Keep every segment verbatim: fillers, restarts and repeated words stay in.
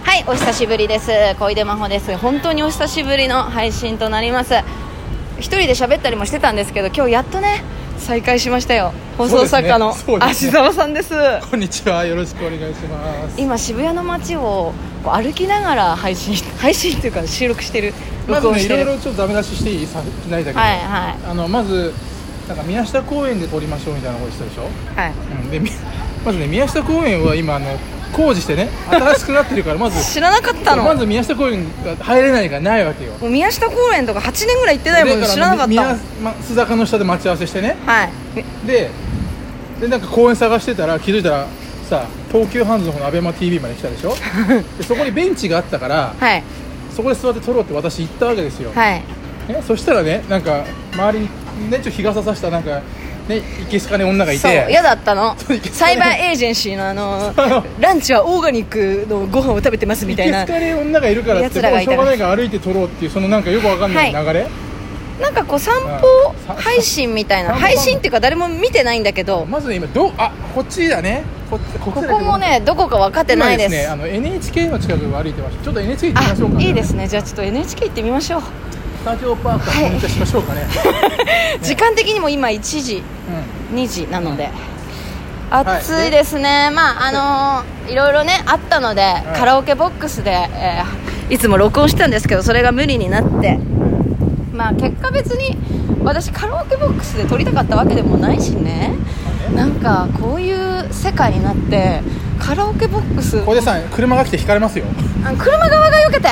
はい、お久しぶりです。小出真帆です。本当にお久しぶりの配信となります。一人で喋ったりもしてたんですけど、今日やっとね再開しましたよ。放送作家の芦澤さんです。 こんにちは、よろしくお願いします。 今渋谷の街を歩きながら配信配信っていうか収録してる、録音してる。 まずね、いろいろちょっとダメ出ししていい？さいきなりだけど、 はいはい、 あのまずなんか宮下公園で撮りましょうみたいなことしたでしょ。 はい、 うん、でまずね、宮下公園は今あの工事してね新しくなってるからまず知らなかったの。 まず宮下公園が入れないからないわけよ。 もう宮下公園とかはちねんぐらい行ってないもん。知らなかった。 宮須坂の下で待ち合わせしてね、 はい、 ででなんか公園探してたら気づいたらさ、東急ハンズの方のアベマ ティービー まで来たでしょでそこにベンチがあったから、はい、そこで座って撮ろうって私言ったわけですよ、はい、ね、そしたらね、なんか周りにねちょっと日傘さしたなんかね、いけすかね女がいて、 そう嫌だったのサイバーエージェンシーのあのランチはオーガニックのご飯を食べてますみたいな、 いけすかね女がいるからってしょうがないから歩いて撮ろうっていう、そのなんかよくわかんない流れ、はい、 なんかこう散歩配信みたいな、配信っていうか誰も見てないんだけど、 まずね今どあこっちだね、 こ, こ, ここもねどこか分かってないです。 今ですね、あの エヌエイチケー の近くを歩いてました。ちょっと エヌエイチケー 行ってみましょうか、ね、 いいですね。じゃあちょっと エヌエイチケー 行ってみましょう。 スタジオパークからコメントしましょうかね、 はい、時間的にも今いちじ、うん、にじなので、うん、暑いですね、はい、まああのー、いろいろねあったので、はい、カラオケボックスで、えー、いつも録音してたんですけど、それが無理になって、まあ結果別に私カラオケボックスで撮りたかったわけでもないしね、なんかこういう世界になってカラオケボックス、 小出さん車が来て引かれますよ。 あ、車側が避けて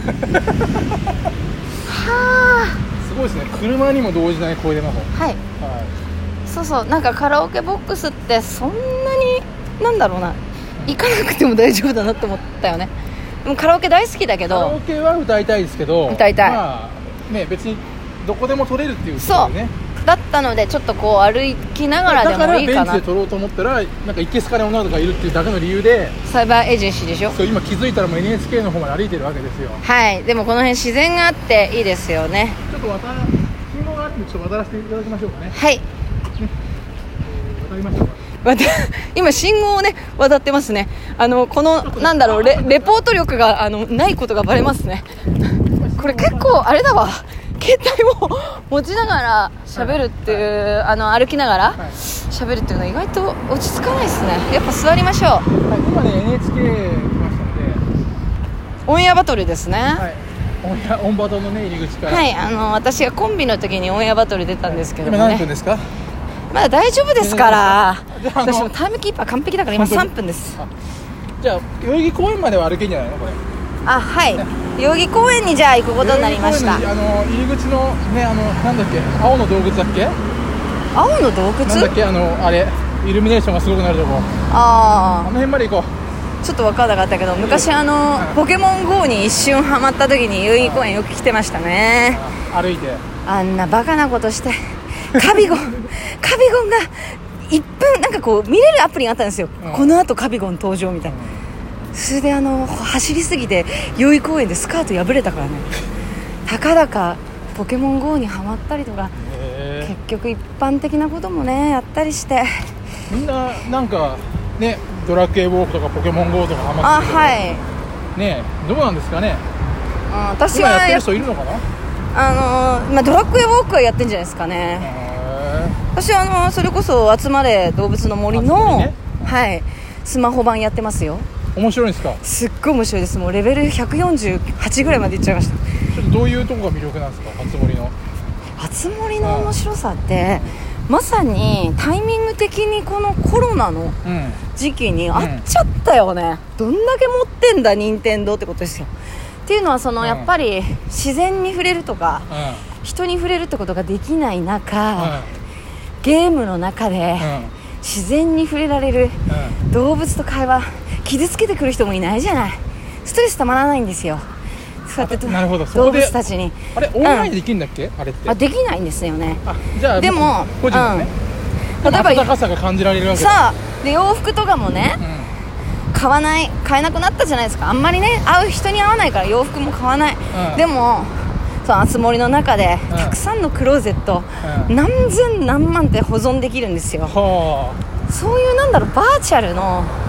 はあ、 すごいですね、車にも動じない小出真帆。 はい、はい、そうそう、なんかカラオケボックスってそんなになんだろうな、行かなくても大丈夫だなって思ったよね。でもカラオケ大好きだけど、 カラオケは歌いたいですけど、 歌いたい、 まあね、別にどこでも撮れるっていうことでね、 そうだったのでちょっとこう歩きながらでもいいかな。 だからベンチで撮ろうと思ったらなんかいけすかね女の子がいるっていうだけの理由で、 サイバーエージェンシーでしょ。 そう今気づいたらもう エヌエイチケー の方まで歩いてるわけですよ。 はい、でもこの辺自然があっていいですよね。 ちょっと渡信号があってちょっと渡らせていただきましょうかね。 はい、 ね、えー、渡りましょうか。 今信号をね渡ってますね。あのこのなんだろう レ, レポート力があのないことがバレますね。これ結構あれだわ、携帯を持ちながら喋るっていう、はい、あの歩きながら喋るっていうのは意外と落ち着かないですね。やっぱ座りましょう。 はい、今ね エヌエイチケー 来ましたので、 オンエアバトルですね。 はい、オンエアオンバトのね入り口から、 はい、あの私がコンビの時にオンエアバトル出たんですけどもね。 今何分ですか？ まだ大丈夫ですから。私もタイムキーパー完璧だから今さんぷんです。 じゃあ代々木公園までは歩けんじゃないのこれ。 あ、はい、代々木公園にじゃあ行くことになりました。 あの入り口のね、あのなんだっけ、青の洞窟だっけ、 青の洞窟なんだっけ、あのあれイルミネーションがすごくなるとこ、 ああの辺まで行こう。 ちょっと分からなかったけど、昔あのポケモン ゴー に一瞬ハマった時に代々木公園よく来てましたね。 歩いてあんなバカなことしてカビゴンカビゴンがいっぷんなんかこう見れるアプリがあったんですよ、うん、この後カビゴン登場みたいな、うん、それであの走りすぎて代々木公園でスカート破れたからねたかだかポケモン ゴー にハマったりとか、結局一般的なこともねやったりして、 みんななんかねドラクエウォークとかポケモン ゴー とかハマってるけど、 あ、はい、 ね、どうなんですかね。 あ、私は今やってる人いるのかな。 あのーまあ、ドラクエウォークはやってんじゃないですかね。私はあのー、それこそ集まれ動物の森の、ね、はい、スマホ版やってますよ。 面白いんですか。 すっごい面白いです。もうレベルひゃくよんじゅうはちぐらいまでいっちゃいました。 ちょっとどういうとこが魅力なんですか、初森の。 初森の面白さって、うん、まさにタイミング的にこのコロナの時期に合っちゃったよね、うん、どんだけ持ってんだ任天堂ってことですよ。っていうのはその、うん、やっぱり自然に触れるとか、うん、人に触れるってことができない中、うん、ゲームの中で、うん、自然に触れられる、うん、動物と会話、傷つけてくる人もいないじゃない。ストレスたまらないんですよ。そうやってなるほど、 動物たちに。 あれオンラインでできるんだっけ、うん、あれって。 あ、できないんですよね。 あ、じゃあでも個人のね、うん、例えば温かさが感じられるわけだ。 さあで洋服とかもね、うん、買わない買えなくなったじゃないですか。あんまりね会う人に会わないから洋服も買わない、うん、でもそのあつ森の中で、うん、たくさんのクローゼット、うん、何千何万って保存できるんですよ、うん、そういうなんだろうバーチャルの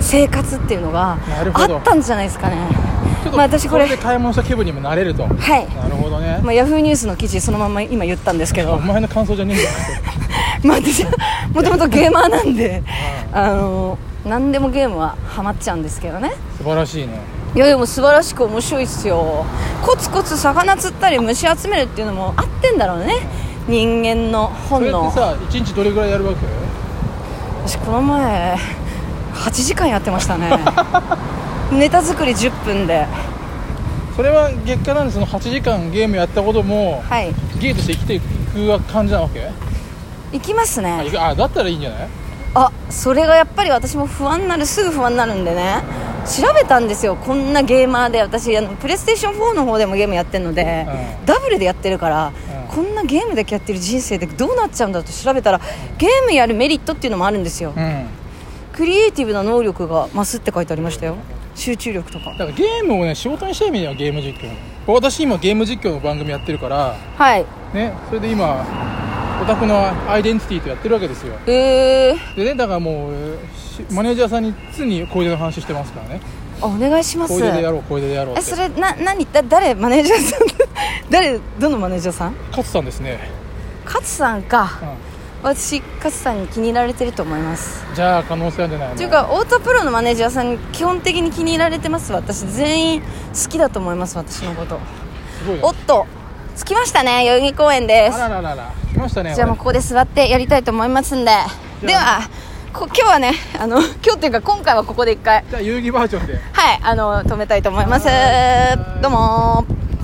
生活っていうのがあったんじゃないですかね。まあ、私これそれで買い物した気分にもなれると。 はい、 なるほどね。 まあ、ヤフーニュースの記事そのまま今言ったんですけど、 お前の感想じゃねえんだよまあ私はもともとゲーマーなんであの何でもゲームはハマっちゃうんですけどね。 素晴らしいね。 いやでも素晴らしく面白いっすよ。コツコツ魚釣ったり虫集めるっていうのも合ってんだろうね、人間の本能。 それってさ、いちにちどれぐらいやるわけ？ 私この前はちじかんやってましたねネタ作りじゅっぷんで。 それは月間なんで、そのはちじかんゲームやったことも、はい、ゲーとして生きていく感じなわけ？ いきますね。 ああ、だったらいいんじゃない？ あ、それがやっぱり私も不安になる、すぐ不安になるんでね、調べたんですよ。こんなゲーマーで、私あのプレイステーションフォーの方でもゲームやってるので、うん、ダブルでやってるから、うん、こんなゲームだけやってる人生でどうなっちゃうんだと調べたら、ゲームやるメリットっていうのもあるんですよ、うん、クリエイティブな能力が増すって書いてありましたよ。集中力とか。だからゲームをね、仕事にしたい意味ではゲーム実況。私今ゲーム実況の番組やってるから、 はいね、それで今オタクのアイデンティティとやってるわけですよ。 えー、 でね、だからもうマネージャーさんに常に小出の話してますからね。 あ、お願いします。 小出でやろう、小出でやろうって。 え、それな、何だ、誰マネージャーさん誰、どのマネージャーさん？ 勝さんですね。 勝さんか、うん、私勝さんに気に入られてると思います。 じゃあ可能性あるんじゃないの？ というか太田プロのマネージャーさんに基本的に気に入られてます。私全員好きだと思います、私のこと。 すごいね。 おっと着きましたね、代々木公園です。 あらららら、来ましたね。 じゃあもうここで座ってやりたいと思いますんで、ではこ今日はね、あの今日っていうか今回はここで一回、 じゃあ遊戯バージョンで、 はい、あの止めたいと思います。どうも。